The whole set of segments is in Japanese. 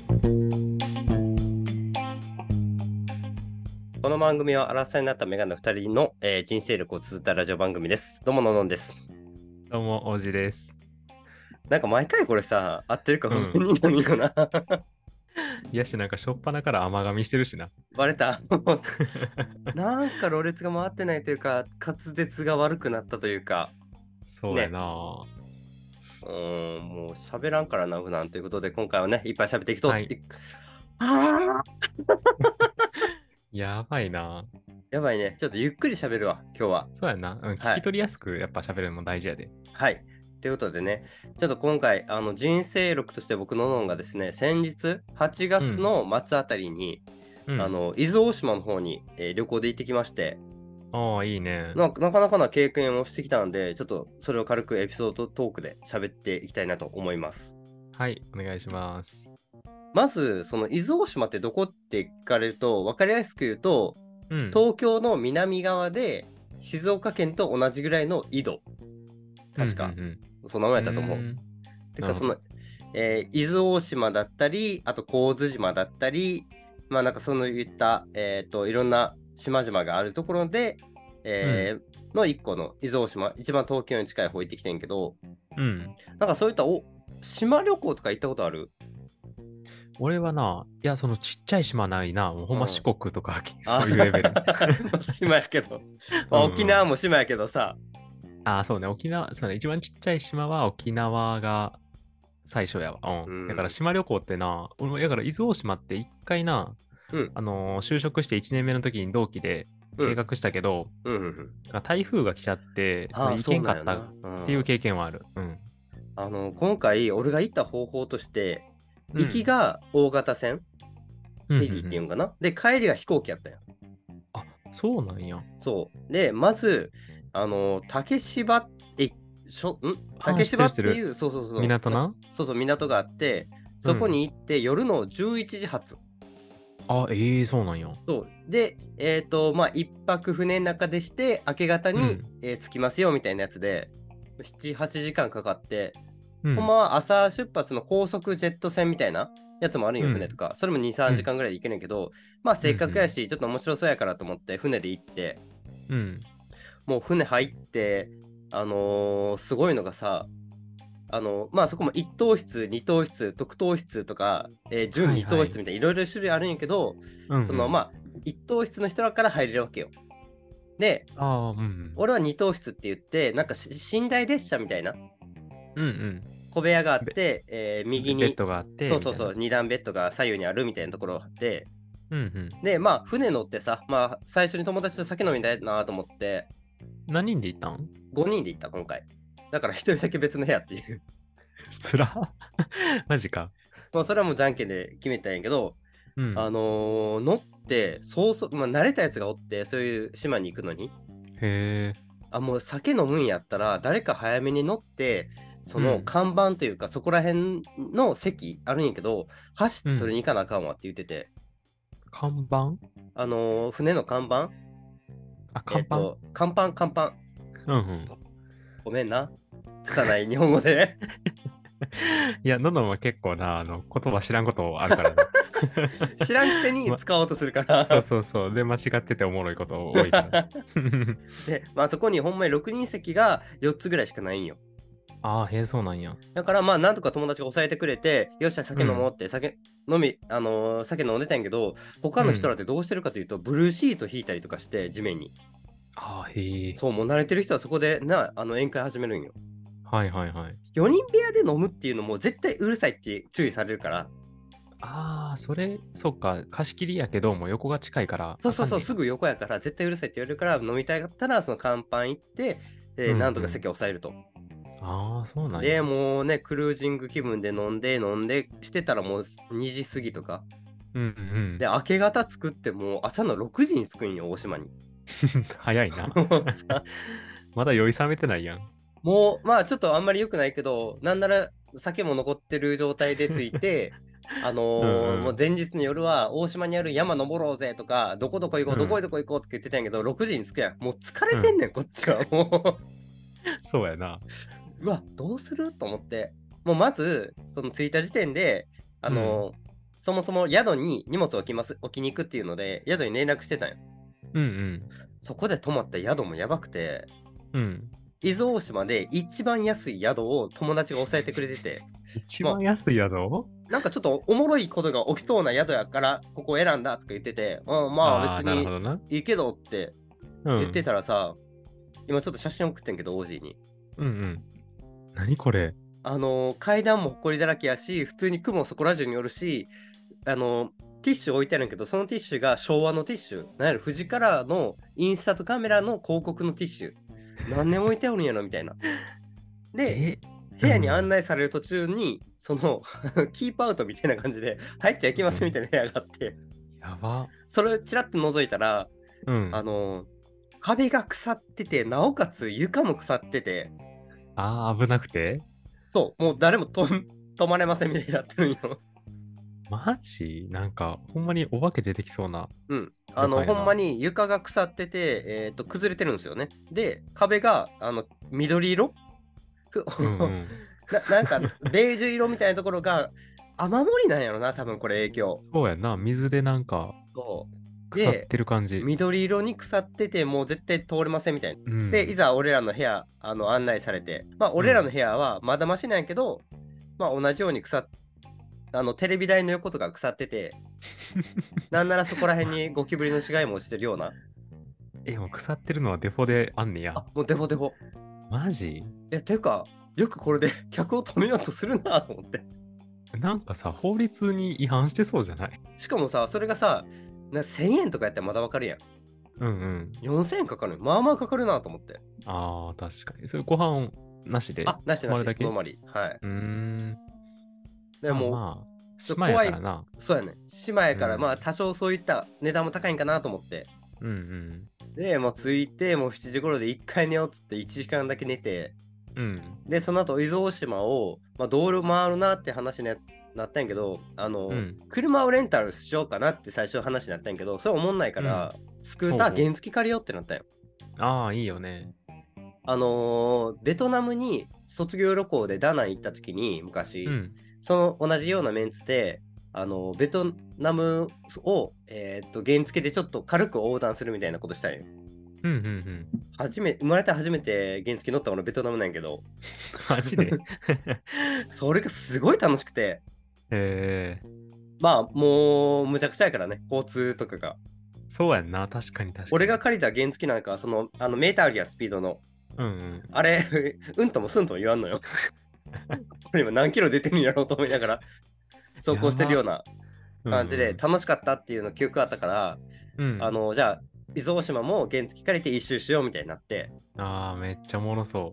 この番組はアラサーになったメガネ2人の、人生力を綴ったラジオ番組です。どうもののんです。 どうも、おじです。 なんか毎回これさ、合ってるか不安になるよな。 いやし、なんかしょっぱなから甘噛みしてるしな。 バレた。なんかろれつが回ってないというか、滑舌が悪くなったというか、ね。 そうやな。 もう喋らんからな、普段ということで、今回はね、いっぱい喋っていくと。 はい。 あやばいな。 やばいね。ちょっとゆっくり喋るわ、今日は。 そうやな。聞き取りやすくやっぱ喋るのも大事やで。 はい。ということでね、ちょっと今回、人生録として僕ののんがですね、先日、8月の末あたりに、伊豆大島の方に、旅行で行ってきまして、 ああ、いいね。 なかなかな経験をしてきたんで、ちょっとそれを軽くエピソードトークで喋っていきたいなと思います。 はい、お願いします。 まず、その伊豆大島ってどこって聞かれると、分かりやすく言うと、東京の南側で、静岡県と同じぐらいの緯度。確か。その名前だと思う。てか、その、伊豆大島だったり、あと神津島だったり、まあなんかそのいった、いろんな島々があるところで、の一個の伊豆大島、一番東京に近い方行ってきてんけど、なんかそういった島旅行とか行ったことある？ 俺はな、いや、そのちっちゃい島ないな。もうほんま四国とか、 あそういうレベル。 島やけど、まあ沖縄も島やけどさ。 ああ、そうね。沖縄、そうね。一番ちっちゃい島は沖縄が最初やわ。だから島旅行ってな、俺も、だから伊豆大島って一回な、就職して1年目の時に同期で計画したけど、台風が来ちゃって、行けんかったっていう経験はある。 今回、俺が行った方法として、行きが大型船、フェリーっていうんかな。で、帰りが飛行機やったよ。 あ、そうなんや。 そう。で、まず、竹芝って、竹芝っていう、そう港な。 そうそう、港があって、そこに行って夜の11時発。 あ、そうなんや。 そう。で、まあ、一泊船の中でして、明け方に、着きますよみたいなやつで、7、8時間かかって、ほんまは朝出発の高速ジェット船みたいなやつもあるんよ、船とか。それも2、3時間ぐらいで行けるんやけど、まあ、せっかくやし、ちょっと面白そうやからと思って、船で行って、もう船入って、すごいのがさ、まあそこも1等室、2等室、特等室とか、準2等室みたいないろいろ種類あるんやけど、そのまあ1等室の人らから入れるわけよ。で、俺は2等室って言って、なんか寝台列車みたいな。小部屋があって、右にベッドがあって、 そう、2段ベッドが左右にあるみたいなところがあって、で、まあ船乗ってさ、まあ最初に友達と酒飲みたいなと思って、 何人で行ったん？ 5人で行った、今回。だから1人だけ別の部屋っていう。 つらマジか。 まあそれはもうじゃんけんで決めたんやけど、乗って、まあ慣れたやつがおって、そういう島に行くのに。 へえ。 もう酒飲むんやったら、誰か早めに乗って、その看板というか、そこら辺の席あるんやけど、走って取りに行かなあかんわって言ってて。 看板？ 船の看板？ 看板？ 看板。ごめんな。拙い日本語で。 いや、ののは結構な、言葉知らんことあるからな。 知らんくせに使おうとするから。 そう。で、間違ってておもろいこと多いから。 で、まあそこにほんまに6人席が4つぐらいしかないんよ。 ああ、へえ、そうなんや。 だからまあなんとか友達が抑えてくれて、よっしゃ酒飲もうって、酒飲んでたんやけど、他の人らってどうしてるかというと、ブルーシート引いたりとかして地面に。 ああ、へえ。 そう、もう慣れてる人はそこで宴会始めるんよ。 はい。 4人部屋で飲むっていうのも絶対うるさいって注意されるから。 ああ、そっか、貸し切りやけども横が近いから。 そう、すぐ横やから絶対うるさいって言われるから、飲みたかったらその甲板行って、なんとか席を抑えると。 ああ、そうなんで、 や。 もうね、クルージング気分で飲んでしてたらもう2時過ぎとか。で、明け方着くってもう朝の6時に着くんよ、大島に。 早いな。まだ酔い冷めてないやん。 もう、まあちょっとあんまり良くないけど、なんなら酒も残ってる状態で着いて、もう前日の夜は大島にある山登ろうぜとか、どこどこ行こう、どこ行こうって言ってたんやけど、6時に着くやん。もう疲れてんねん、こっちは。もそうやな。 う、うわ、どうすると思って。もうまず、その着いた時点で、 そもそも宿に荷物置きに行くっていうので、宿に連絡してたんよ。 うんうん。 そこで泊まった宿もやばくて、 うん。 伊豆大島で一番安い宿を友達が抑えてくれてて、 一番安い宿？ なんかちょっとおもろいことが起きそうな宿やからここ選んだとか言ってて、まあ別にいいけどって言ってたらさ、今ちょっと写真送ってんけど、OG に。 うんうん。何これ？ 階段も埃だらけやし、普通に雲そこら中におるし、ティッシュ置いてあるんやけど、そのティッシュが昭和のティッシュ。なんやろ、富士カラーのインスタントカメラの広告のティッシュ。何年置いてあるんやろみたいな。で、部屋に案内される途中に、そのキープアウトみたいな感じで入っちゃいけますみたいな部屋があって、 やば。 それをちらっと覗いたら、壁が腐ってて、なおかつ床も腐ってて、 危なくて？ そう、もう誰も泊まれませんみたいになってるんよ。 マジ？なんか、ほんまにお化け出てきそうな。 うん。ほんまに床が腐ってて、崩れてるんですよね。で、壁が、緑色なんか、ベージュ色みたいなところが、雨漏りなんやろな、多分これ影響。 そうやな、水でなんか、腐ってる感じ。 緑色に腐ってて、もう絶対通れませんみたいな。で、いざ俺らの部屋、案内されて、まあ、俺らの部屋はまだましなんやけど、まあ、同じようにテレビ台の横とか腐ってて、なんならそこら辺にゴキブリの死骸も落ちてるような。 もう腐ってるのはデフォであんねや。 もうデフォ。 マジ？ ていうか、よくこれで客を止めようとするなと思って。 なんかさ、法律に違反してそうじゃない？ しかもさ、それがさ、1000円とかやったらまだわかるやん。4000円かかる。まあまあかかるなと思って。 確かに。それご飯なしで？ なし、そのまり。はい。でも、 島やからな。 そうやね。島やから、まあ多少そういった値段も高いんかなと思って。で、もう着いて、もう7時頃で1回寝ようっつって1時間だけ寝て、で、その後、伊豆大島を、道路回るなって話になったんやけど、車をレンタルしようかなって最初話になったんやけど、それ思んないから、スクーター原付借りようってなったんよ。 いいよね。 ベトナムに卒業旅行でダナン行った時に、昔、その同じようなメンツで、ベトナムを、原付でちょっと軽く横断するみたいなことしたんよ。生まれて初めて原付乗ったのベトナムなんやけど。 マジで？ それがすごい楽しくて。まあ、もう、むちゃくちゃやからね、交通とかが。 そうやんな、確かに。 俺が借りた原付なんか、メーターあるやん、スピードの。あれ、うんともすんとも言わんのよ。これ今何キロ出てるんやろうと思いながら、走行してるような感じで、楽しかったっていうの記憶あったから、じゃあ、伊豆大島も原付借りて一周しようみたいになって。 めっちゃおもろそう。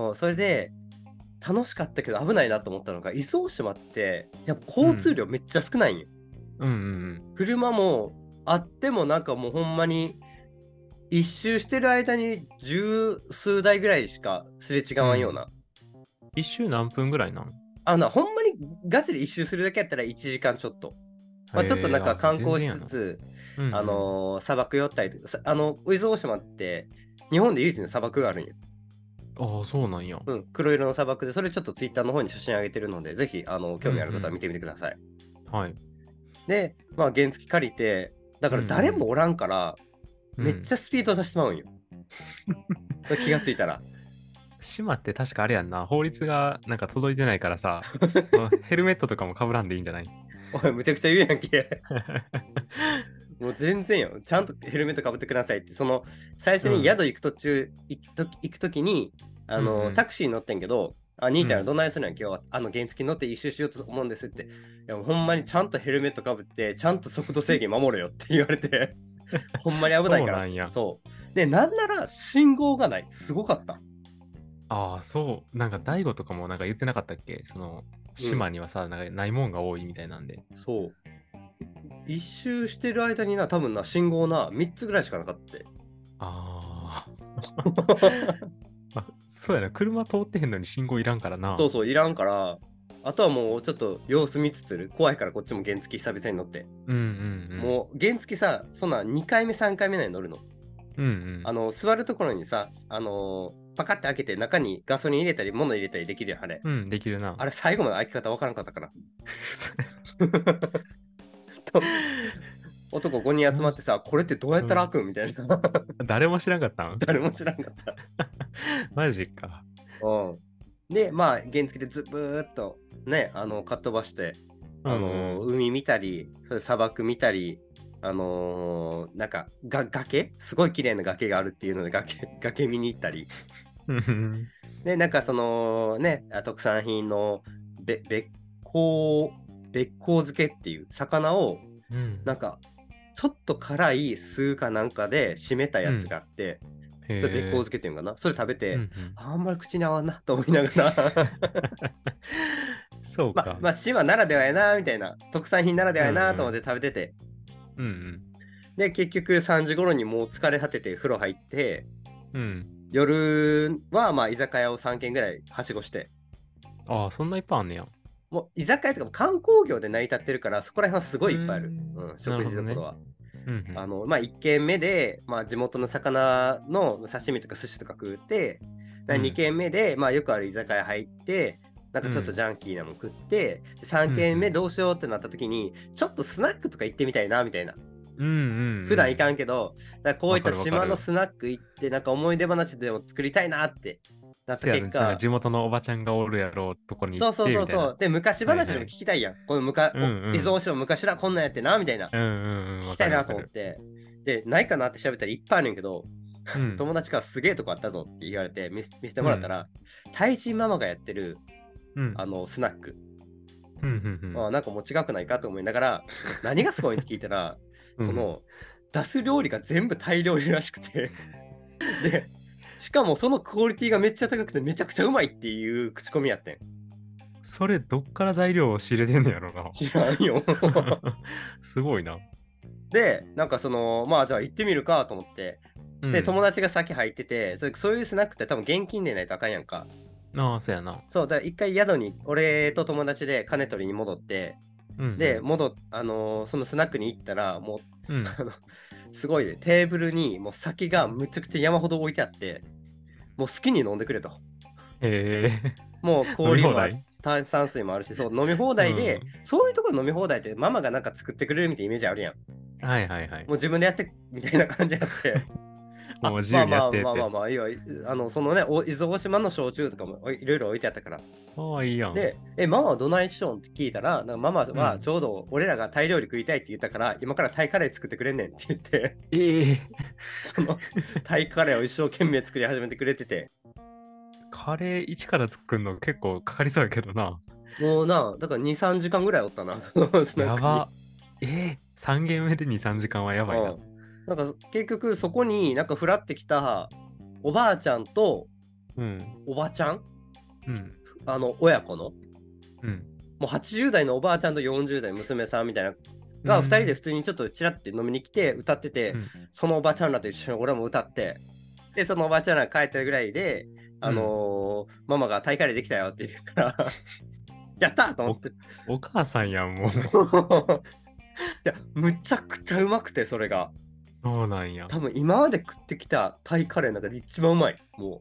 それで、楽しかったけど危ないなと思ったのが、伊豆大島ってやっぱ交通量めっちゃ少ないんよ。車もあってもなんかもうほんまに一周してる間に十数台ぐらいしかすれ違わんような。 一周何分ぐらいなの？ ほんまにガチで一周するだけやったら1時間ちょっと。ちょっとなんか観光しつつ、砂漠寄ったりとか、伊豆大島って日本で唯一の砂漠があるんよ。 そうなんや。 黒色の砂漠で、それちょっとツイッターの方に写真上げてるので、ぜひ興味ある方は見てみてください。で、原付借りて、だから誰もおらんから、めっちゃスピード出してまうんよ。気がついたら。 島って確かあれやんな、法律がなんか届いてないからさ、ヘルメットとかも被らんでいいんじゃない？ おい、むちゃくちゃ言うやんけ。もう全然よ。ちゃんとヘルメットかぶってくださいって。最初に宿行く途中、行くときに、タクシーに乗ってんけど、兄ちゃんどんなやつなん今日は、原付乗って一周しようと思うんですって。いや、ほんまにちゃんとヘルメットかぶって、ちゃんと速度制限守れよって言われて、ほんまに危ないから。そう。で、なんなら信号がない。すごかった。 そう。なんか大悟とかもなんか言ってなかったっけ？島にはさ、なんかないもんが多いみたいなんで。 そう。一周してる間にな、多分な、信号な、3つぐらいしかなかった。 そうやな、車通ってへんのに信号いらんからな。 そう、いらんから、あとはもうちょっと様子見つつ、怖いからこっちも原付久々に乗って。もう原付さ、そんな2回目、3回目なに乗るの。座るところにさ、パカって開けて中にガソリン入れたり物入れたりできるやん、あれ。 できるな。 あれ最後まで開け方わからんかったから。 と男5人集まってさ、これってどうやったら開くんみたいな。 誰も知らんかったん？ 誰も知らんかった。 マジか。 うん。で、まあ、原付でずぶーっとね、かっ飛ばして、海見たり、それ砂漠見たり、なんか崖すごい綺麗な崖があるっていうので崖見に行ったり。で、なんかそのね、特産品のべべっこう漬けっていう魚を、なんかちょっと辛い酢かなんかで締めたやつがあって、それべっこう漬けっていうのかな、それ食べて、あんまり口に合わんなと思いながらそうか。 まあ島ならではやなみたいな、特産品ならではやなと思って食べてて、で結局3時頃にもう疲れ果てて風呂入って、夜はまあ居酒屋を3軒ぐらいはしごして。 ああ、そんないっぱいあんねや。 もう居酒屋とか観光業で成り立ってるから、そこら辺はすごいいっぱいある。食事どころは。まあ1軒目で、まあ、地元の魚の刺身とか寿司とか食うて、2軒目で、まあ、よくある居酒屋入って、なんかちょっとジャンキーなもん食って、3軒目どうしようってなった時に、ちょっとスナックとか行ってみたいなみたいな。普段行かんけど、だこういった島のスナック行って、なんか思い出話でも作りたいなってなった結果、 地元のおばちゃんがおるやろうとこに行ってみたいな。 そうで、昔話でも聞きたいやん。この伊豆大島昔らこんなんやってなみたいな。聞きたいなと思って。で、ないかなって調べたらいっぱいあるんやけど、友達からすげえとこあったぞって言われて見せてもらったら、タイ人ママがやってる、スナック。なんかもう違くないかと思いながら、何がすごいって聞いたら、その出す料理が全部タイ料理らしくてで、しかもそのクオリティがめっちゃ高くてめちゃくちゃうまいっていう口コミやってん。 それどっから材料を仕入れてんのやろな。 知らんよすごいな。 で、なんかその、まあじゃあ行ってみるかと思って。で、友達が先入ってて、そういうスナックって多分現金でないとあかんやんか。 ああ、そうやな。 そう、だから一回宿に、俺と友達で金取りに戻って、で、そのスナックに行ったら、もう、すごいね、テーブルにもう酒がむちゃくちゃ山ほど置いてあって、もう好きに飲んでくれと。もう氷も炭酸水もあるし、そう、飲み放題で、そういうところ飲み放題ってママがなんか作ってくれるみたいなイメージあるやん。もう自分でやってみたいな感じやって。 もう自由にやってって。 まあいいよ。そのね、伊豆大島の焼酎とかもいろいろ置いてあったから。 ああ、いいやん。 で、ママはどないしょんって聞いたら、なんかママはちょうど俺らがタイ料理食いたいって言ったから、今からタイカレー作ってくれんねんって言って、そのタイカレーを一生懸命作り始めてくれてて。 カレー一から作るの結構かかりそうやけどな。 もうな、だから2、3時間ぐらいおったな。 やば。3軒目で2、3時間はやばいな。 なんか結局そこになんかふらってきたおばあちゃんとおばちゃん、親子の、もう80代のおばあちゃんと40代娘さんみたいなが2人で普通にちょっとチラッて飲みに来て歌ってて、そのおばちゃんらと一緒に俺も歌って、でそのおばちゃんら帰ったぐらいで、ママがタイカレーできたよって言うからやったと思って。 お母さんやんもう。 いやむちゃくちゃうまくて、それが。 そうなんや。 多分今まで食ってきたタイカレーの中で一番うまい。も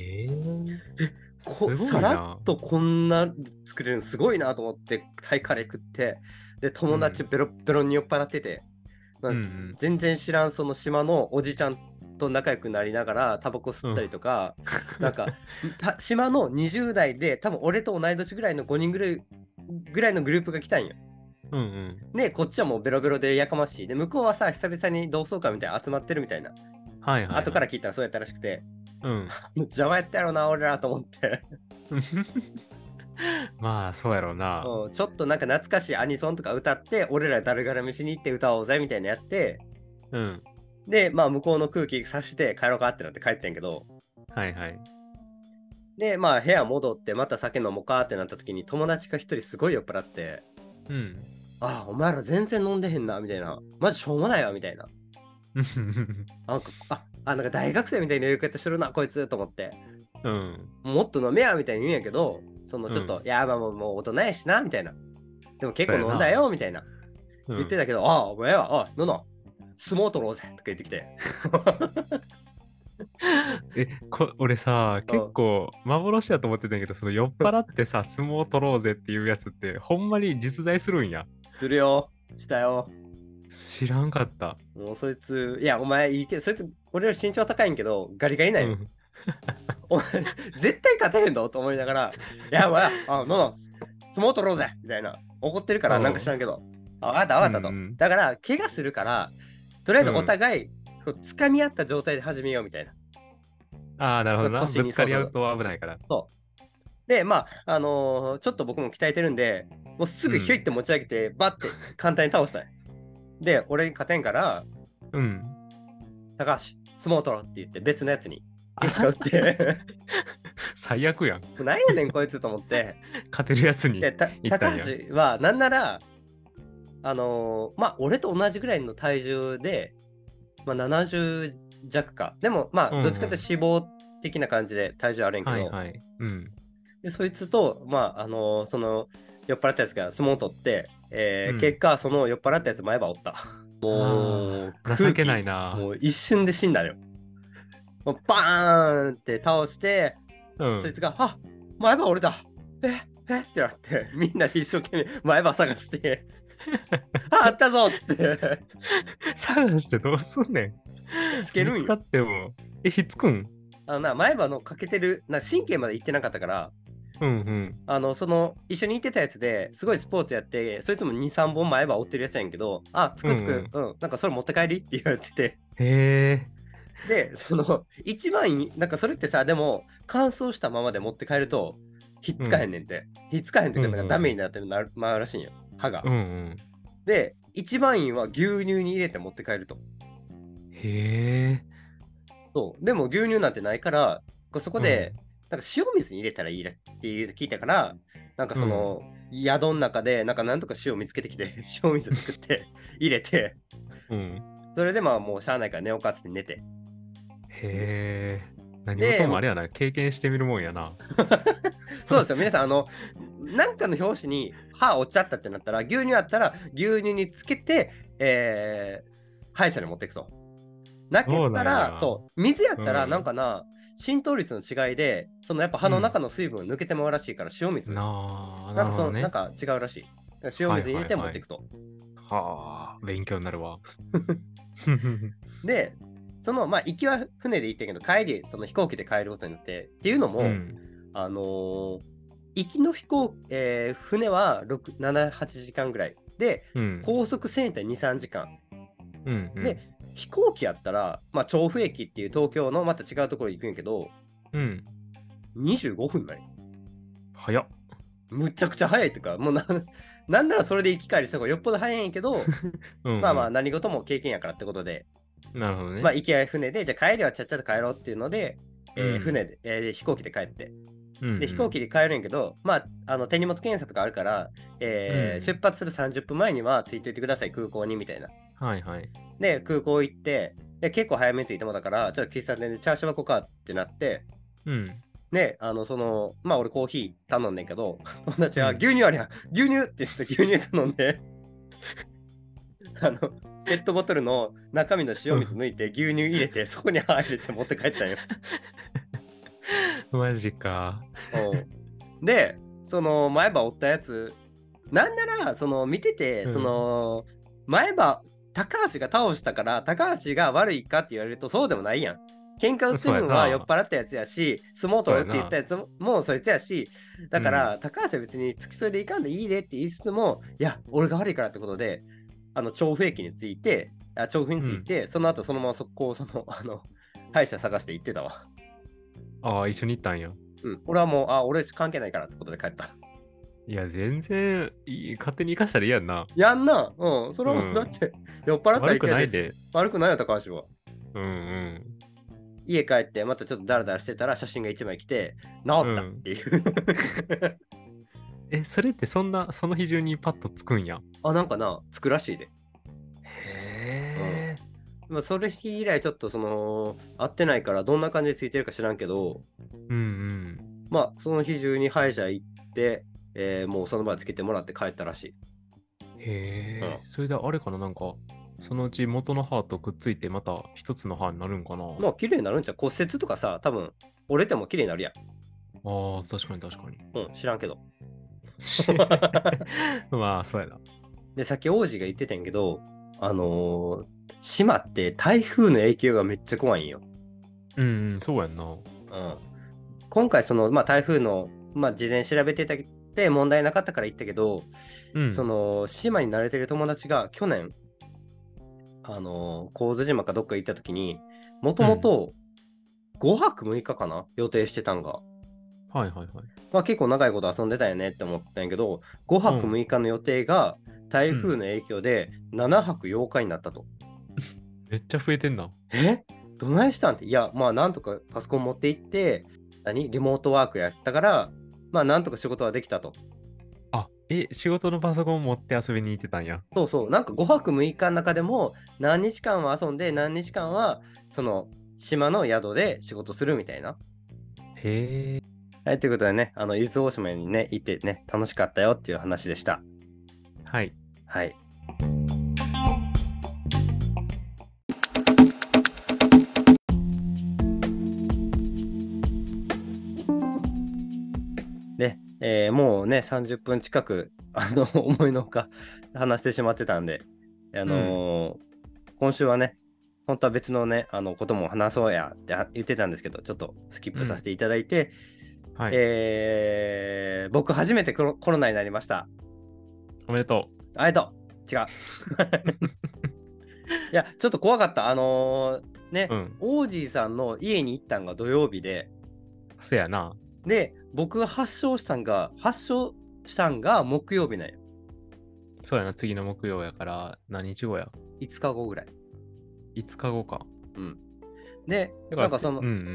う。さらっとこんな作れるのすごいなと思ってタイカレー食って、で友達ベロベロに酔っ払ってて、全然知らんその島のおじちゃんと仲良くなりながらタバコ吸ったりとか、なんか島の20代で多分俺と同い年ぐらいの5人ぐらいのグループが来たんよ。でこっちはもうベロベロでやかましい。で向こうはさ久々に同窓会みたいな集まってるみたいな。後から聞いたらそうやったらしくて、邪魔やったやろな俺らと思ってまあそうやろうな。 ちょっとなんか懐かしいアニソンとか歌って、俺らだるがらみしに行って歌おうぜみたいなやって、でまあ向こうの空気さして帰ろうかってなって帰ってんけど、でまあ部屋戻ってまた酒飲もうかってなった時に友達が一人すごい酔っ払って、お前ら全然飲んでへんなみたいな、マジしょうもないわみたいななんか大学生みたいな言い方してるなこいつと思って、もっと飲めやみたいに言うんやけど、そのちょっと、いやまあもう大人やしなみたいな、でも結構飲んだよみたいな言ってたけど、お前は相撲取ろうぜとか言ってきて俺さ、結構幻だと思ってたんやけど、その酔っ払ってさ相撲取ろうぜっていうやつってほんまに実在するんや。 するよ。したよ。 知らんかった。 もうそいつ、いや、お前いいけど、そいつ、俺より身長高いんけど、ガリガリなんよ。お前、絶対勝てへんぞと思いながら、いや、お前、相撲取ろうぜみたいな。怒ってるから、なんか知らんけど、分かった分かったと。だから、怪我するから、とりあえずお互い、掴み合った状態で始めようみたいな。 ああ、なるほどな。ぶつかり合うと危ないから。 そう。で、まあ、ちょっと僕も鍛えてるんで、もうすぐひょいって持ち上げて、バッて簡単に倒したい。で、俺に勝てんから、高橋、相撲取ろうって言って、別のやつに結果打って。 最悪やん。 何やねん、こいつと思って。 勝てるやつに。 で、高橋は、なんなら、まあ、俺と同じぐらいの体重で、まあ、70弱か。でも、まあ、どっちかというと脂肪的な感じで体重あるんやけど、でそいつと、まあ、その、酔っ払ったやつが相撲を取って、結果、その酔っ払ったやつ前歯折った。もう、 情けないな。 もう一瞬で死んだよ。もうバーンって倒して、そいつが、前歯折れた。えってなって、みんなで一生懸命前歯探して、あったぞって。 探してどうすんねん。 つけるんよ。 使っても。ひっつくん？ 前歯の欠けてる、神経まで行ってなかったから、その一緒に行ってたやつですごいスポーツやって、そいつも2、3本前歯折ってるやつやんけど、つく、なんかそれ持って帰りって言われてて。 へえ。で、その一番なんかそれってさ、でも乾燥したままで持って帰るとひっつかへんねんって。ひっつかへんっていうか、なんかダメになってるらしいんよ、歯が。で、一番いいは牛乳に入れて持って帰ると。 へえ。 そう。でも牛乳なんてないから、そこで、なんか塩水に入れたらいいって聞いたから、なんかその、宿の中で、なんとか塩見つけてきて、塩水作って入れて、それでまあもうしゃあないから寝ようかって寝て。 へえ。何事もあれやな、経験してみるもんやな。 そうですよ、皆さん、なんかの表紙に歯折っちゃったってなったら、牛乳あったら牛乳につけて、歯医者に持っていくと。なけったら、水やったら、なんかな、浸透率の違いで、そのやっぱ歯の中の水分抜けてもらうらしいから、塩水。なんか違うらしい。塩水入れて持っていくと。 はあ、勉強になるわ。 で、まあ、行きは船で行ってんけど、帰り、その飛行機で帰ることになって、っていうのも、行きの船は7、8時間ぐらい。で、高速船って2、3時間。で、飛行機やったら、まあ、調布駅っていう東京のまた違うところ行くんやけど、25分ない。 早っ。 むちゃくちゃ早いっていうか、もうなんならそれで行き帰りした方がよっぽど早いんやけど、まあまあ何事も経験やからってことで、 なるほどね。 まあ行きは船で、じゃあ帰りはちゃっちゃと帰ろうっていうので、船で、飛行機で帰って。で、飛行機で帰るんやけど、まあ、手荷物検査とかあるから、出発する30分前には着いておいてください、空港にみたいな。 はいはい。 で、空港行って、で結構早めに着いてもだから、ちょっと喫茶店でチャーシュー箱かってなって、で、まあ俺コーヒー頼んねんけど、友達は牛乳ありゃ、牛乳って言って牛乳頼んで、ペットボトルの中身の塩水抜いて牛乳入れて、そこに入れて持って帰ったんよ。 マジか。 で、その前歯折ったやつ、なんなら、見てて、前歯、高橋が倒したから、高橋が悪いかって言われるとそうでもないやん。喧嘩売ってるのは酔っ払ったやつやし、相撲取るって言ったやつもそいつやし、だから、高橋は別に付き添いでいかんでいいでって言いつつも、いや、俺が悪いからってことで、調布駅に着いて、調布に着いて、その後そのまま速攻、歯医者探して行ってたわ。 ああ、一緒に行ったんや。 俺はもう、俺関係ないからってことで帰った。 いや、全然勝手に生かしたら嫌やんな。 やんな。それはもうだって、酔っ払ったら悪くないで。 悪くないよ、高橋は。家帰って、またちょっとダラダラしてたら写真が1枚来て、治ったっていう。 それってその日中にパッとつくんや。 なんかな、つくらしいで。 へえ。 まあ、それ日以来ちょっと会ってないからどんな感じでついてるか知らんけど、まあその日中に歯医者行って、もうその場でつけてもらって帰ったらしい。 へえ、それであれかな、なんかそのうち元の歯とくっついてまた一つの歯になるんかな。 まあ綺麗になるんちゃう。骨折とかさ、多分折れても綺麗になるやん。 ああ、確かに確かに。 知らんけど。 まあそうやな。 で、さっき王子が言ってたんやけど、島って台風の影響がめっちゃ怖いんよ。 そうやんな。 今回、台風の、事前調べてたって問題なかったから言ったけど、島に慣れてる友達が去年、神津島かどっか行った時に、もともと5泊6日かな、予定してたんが。結構長いこと遊んでたよねって思ったんやけど、5泊6日の予定が台風の影響で7泊8日になったと。 めっちゃ増えてんな。 どないしたんって。いや、なんとかパソコン持って行って、リモートワークやったから、なんとか仕事はできたと。 仕事のパソコン持って遊びに行ってたんや。 そうそう。なんか5泊6日の中でも何日間は遊んで、何日間はその島の宿で仕事するみたいな。 へえ。 はい、ということでね、伊豆大島にね、行ってね、楽しかったよっていう話でした。 はい。 はい。で、もうね、30分近く、思いのほか話してしまってたんで、今週はね、本当は別のね、ことも話そうやって言ってたんですけど、ちょっとスキップさせていただいて、僕初めてコロナになりました。 おめでとう。 ありがとう。違う。いや、ちょっと怖かった。オージーさんの家に行ったんが土曜日で。 せやな。 で、僕が発症したんが木曜日なんよ。 そうやな、次の木曜やから、何日後や ?5 日後ぐらい。 5日後か。 で、なんか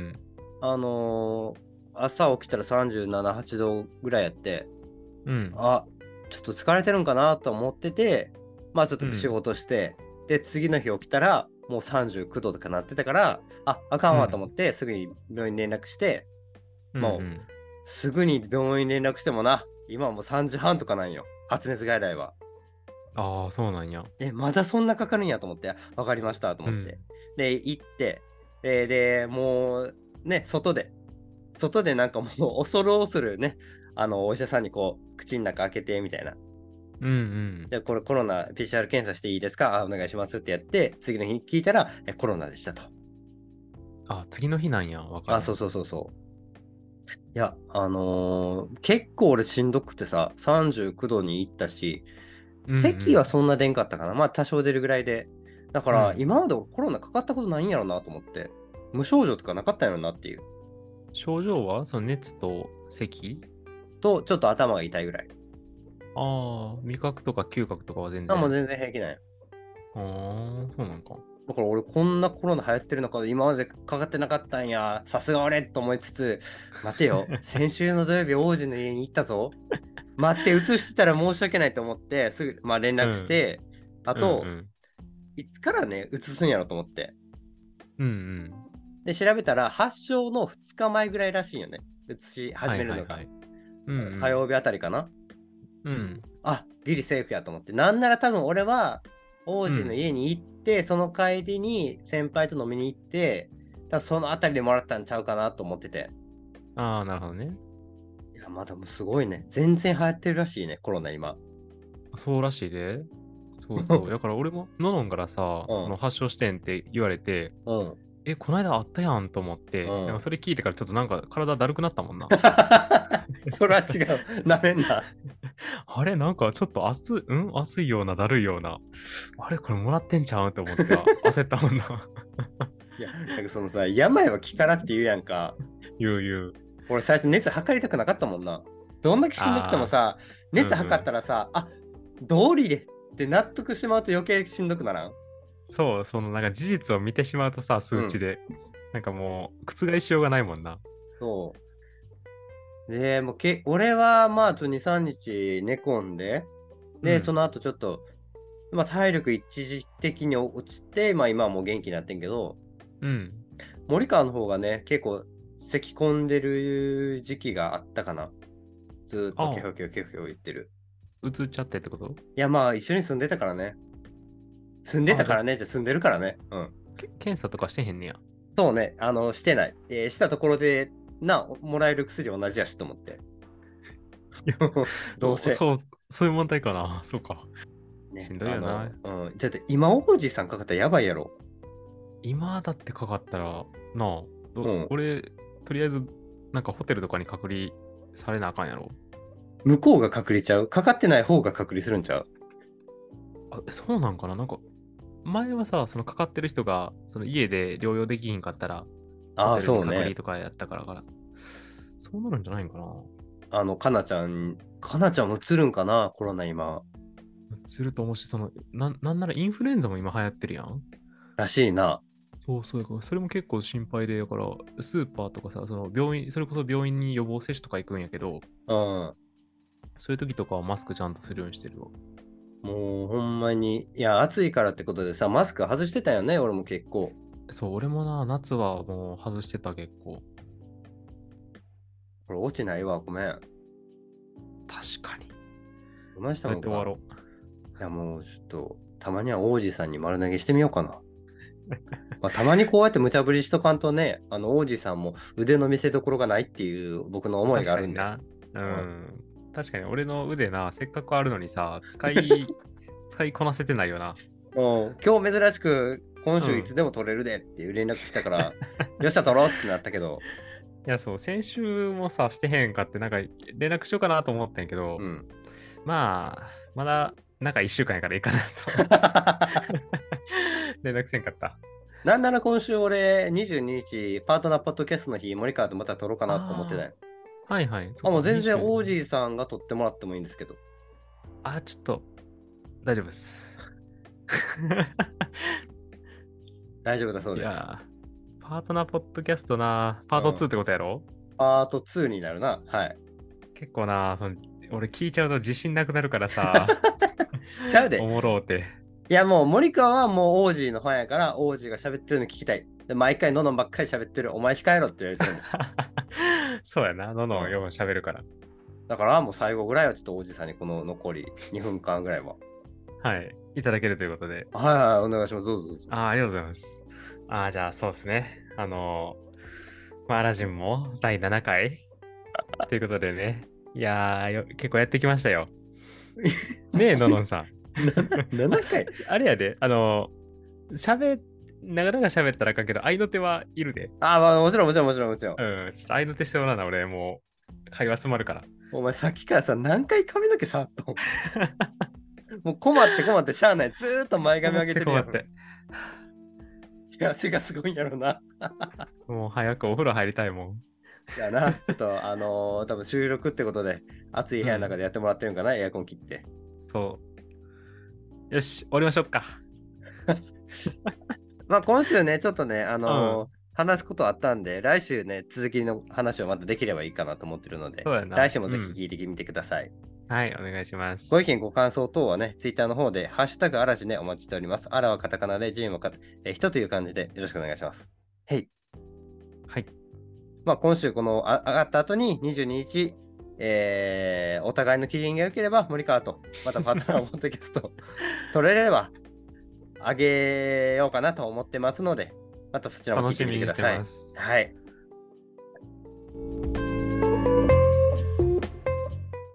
朝起きたら37、8度ぐらいやって、ちょっと疲れてるんかなと思ってて、ちょっと仕事して、で、次の日起きたら、もう39度とかなってたから、あかんわと思って、すぐに病院に連絡して、もう、すぐに病院に連絡してもな、今はもう3時半とかなんよ。発熱外来は。 ああ、そうなんや。 まだそんなかかるんやと思って、分かりましたと思って。で、行って、で、もう、ね、外でなんかもう恐る恐るね、お医者さんにこう、口の中開けてみたいな。で、これコロナ PCR 検査していいですか？お願いしますってやって、次の日に聞いたら、コロナでしたと。 次の日なんや、わかる。 そう。いや、結構俺しんどくてさ、39度に行ったし、咳はそんな出んかったかな。多少出るぐらいで。だから、今までコロナかかったことないんやろなと思って、無症状とかなかったんやろなっていう。 症状はその熱と咳と、ちょっと頭が痛いぐらい。 味覚とか嗅覚とかは全然。 もう全然平気なんや。 そうなんか。 だから俺こんなコロナ流行ってる中で今までかかってなかったんや。さすが俺と思いつつ、待てよ。先週の土曜日王子の家に行ったぞ。待って、移してたら申し訳ないと思って、すぐ、連絡して、あと、いつからね、移すんやろと思って。で、調べたら、発症の2日前ぐらいらしいよね。移し始めるのが。火曜日あたりかな。ギリセーフやと思って。なんなら多分俺は、王子の家に行って、その帰りに先輩と飲みに行って、多分そのあたりでもらったんちゃうかなと思ってて。 なるほどね。 いや、でもすごいね。全然流行ってるらしいね、コロナ今。 そうらしいで。そう。だから俺もののんからさ、その発症してんって言われて、この間あったやんと思って、なんかそれ聞いてからちょっとなんか体だるくなったもんな。 それは違う。なめんな。 あれなんかちょっと熱いようなだるいような。あれこれもらってんちゃうって思って焦ったもんな。 いや、なんかそのさ、病は気からって言うやんか。 言う。 俺最初熱測りたくなかったもんな。どんだけしんどくてもさ、熱測ったらさ、道理でって納得してまうと余計しんどくならん？ そう、そのなんか事実を見てしまうとさ、数値で。なんかもう、覆しようがないもんな。 そう。で、もう俺は2、3日寝込んで、で、その後ちょっと、体力一時的に落ちて、今はもう元気になってんけど、森川の方がね、結構咳込んでる時期があったかな。ずーっとケホケホケホケホ言ってる。 映っちゃってってこと？いや、一緒に住んでたからね。じゃ住んでるからね。 検査とかしてへんねや。 そうね、してない。したところで、もらえる薬同じやしと思って。どうせ。 そういう問題かな。そうか。 ね、 しんどいよな。 だって今、王子さんかかったらやばいやろ。 今だってかかったら、なあ、 うん俺、とりあえず、なんかホテルとかに隔離されなあかんやろ。 向こうが隔離ちゃう？かかってない方が隔離するんちゃう？ あ、そうなんかな。なんか、前はさ、そのかかってる人が、その家で療養できひんかったら、ホああ、 テルにそうね。 隔離とかやったから、そうなるんじゃないんかな。 かなちゃん映るんかな、コロナ今。 すると思うし、なんならインフルエンザも今流行ってるやん。 らしいな。 そう、それも結構心配で、だから、スーパーとかさ、病院、それこそ病院に予防接種とか行くんやけど、 うん。 そういう時とかはマスクちゃんとするようにしてるわ。 もうほんまに、いや、暑いからってことでさ、マスク外してたよね、俺も結構。 そう、俺もな、夏はもう外してた結構。 これ落ちないわ、ごめん。 確かに。 どないしたどうやもんか。 って終わろいや、もうちょっと、たまには王子さんに丸投げしてみようかな。まあ、たまにこうやって無茶ぶりしとかんとね、王子さんも腕の見せ所がないっていう僕のう。 思いがあるんで。 確かにな。うん。確かに俺の腕な、せっかくあるのにさ、使いこなせてないよな。 今日珍しく今週いつうん。 でも取れるでっていう連絡来たから、よっしゃ取ろうってなったけど、 いや、そう、先週もさ、してへんかって、なんか連絡しようかなと思ったんやけど、 うん。 まあ、まだ、なんか1週間やからいいかなと。連絡せんかった。 なんなら今週俺22日パートナーポッドキャストの日、森川とまた撮ろうかなとか思ってたよ。 はいはい。そっか、 もう全然オー 20。 ジーさんが撮ってもらってもいいんですけど。 ちょっと、大丈夫です。 大丈夫だそうです。 いやパートナーポッドキャストな、パート2っうん。 てことやろ？ パート2になるな。はい。 結構な、俺聞いちゃうと自信なくなるからさ、 ちゃうで。 おもろうて。 いやもう森川はもうオージーのファンやからオージーが喋ってるの聞きたい。で毎回ののんばっかり喋ってる。お前控えろって言われてるもん。 そうやな、のうん。 よう喋るから。 だからもう最後ぐらいはちょっとおじさんにこの残り2分間ぐらいは。 はい。いただけるということで。 はいはい、お願いします。どうぞどうぞ。 ありがとうございます。じゃあそうですね。アラジンも第7回ということでね。いや結構やってきましたよ。ねえ、ののんさん。 7回あれやで、長々喋ったらあかんけど、合いの手はいるで。 ああ、まあ、もちろんもちろんもちろんもちろん。 うん、ちょっと合いの手してもらうな、俺、もう、会話詰まるから。 お前さっきからさ、何回髪の毛触っとん？もう困ってしゃあない。ずーっと前髪上げてるやん。 困って。 いや、汗がすごいんやろな。 もう早くお風呂入りたいもん。 いやな、ちょっと多分収録ってことで、暑い部屋の中うん、 でやってもらってるんかな、エアコン切って。 そう。よし、終わりましょうか。 まあ今週ね、ちょっとね、 うん、 話すことあったんで、来週ね、続きの話をまたできればいいかなと思ってるので、 そうやな。 来週もぜひうん。 聞いてみてください。 はい、お願いします。 ご意見、ご感想等はね、ツイッターの方で、ハッシュタグあらじね、お待ちしております。あらはカタカナで、ジンは人という感じでよろしくお願いします。へい。 はい。 まあ、今週この上がった後に22日、お互いの機嫌が良ければ森川とまたパートナーポッドキャスト取れればあげようかなと思ってますので、またそちらも聞いてみ楽しみにしてください。 てます。 はい。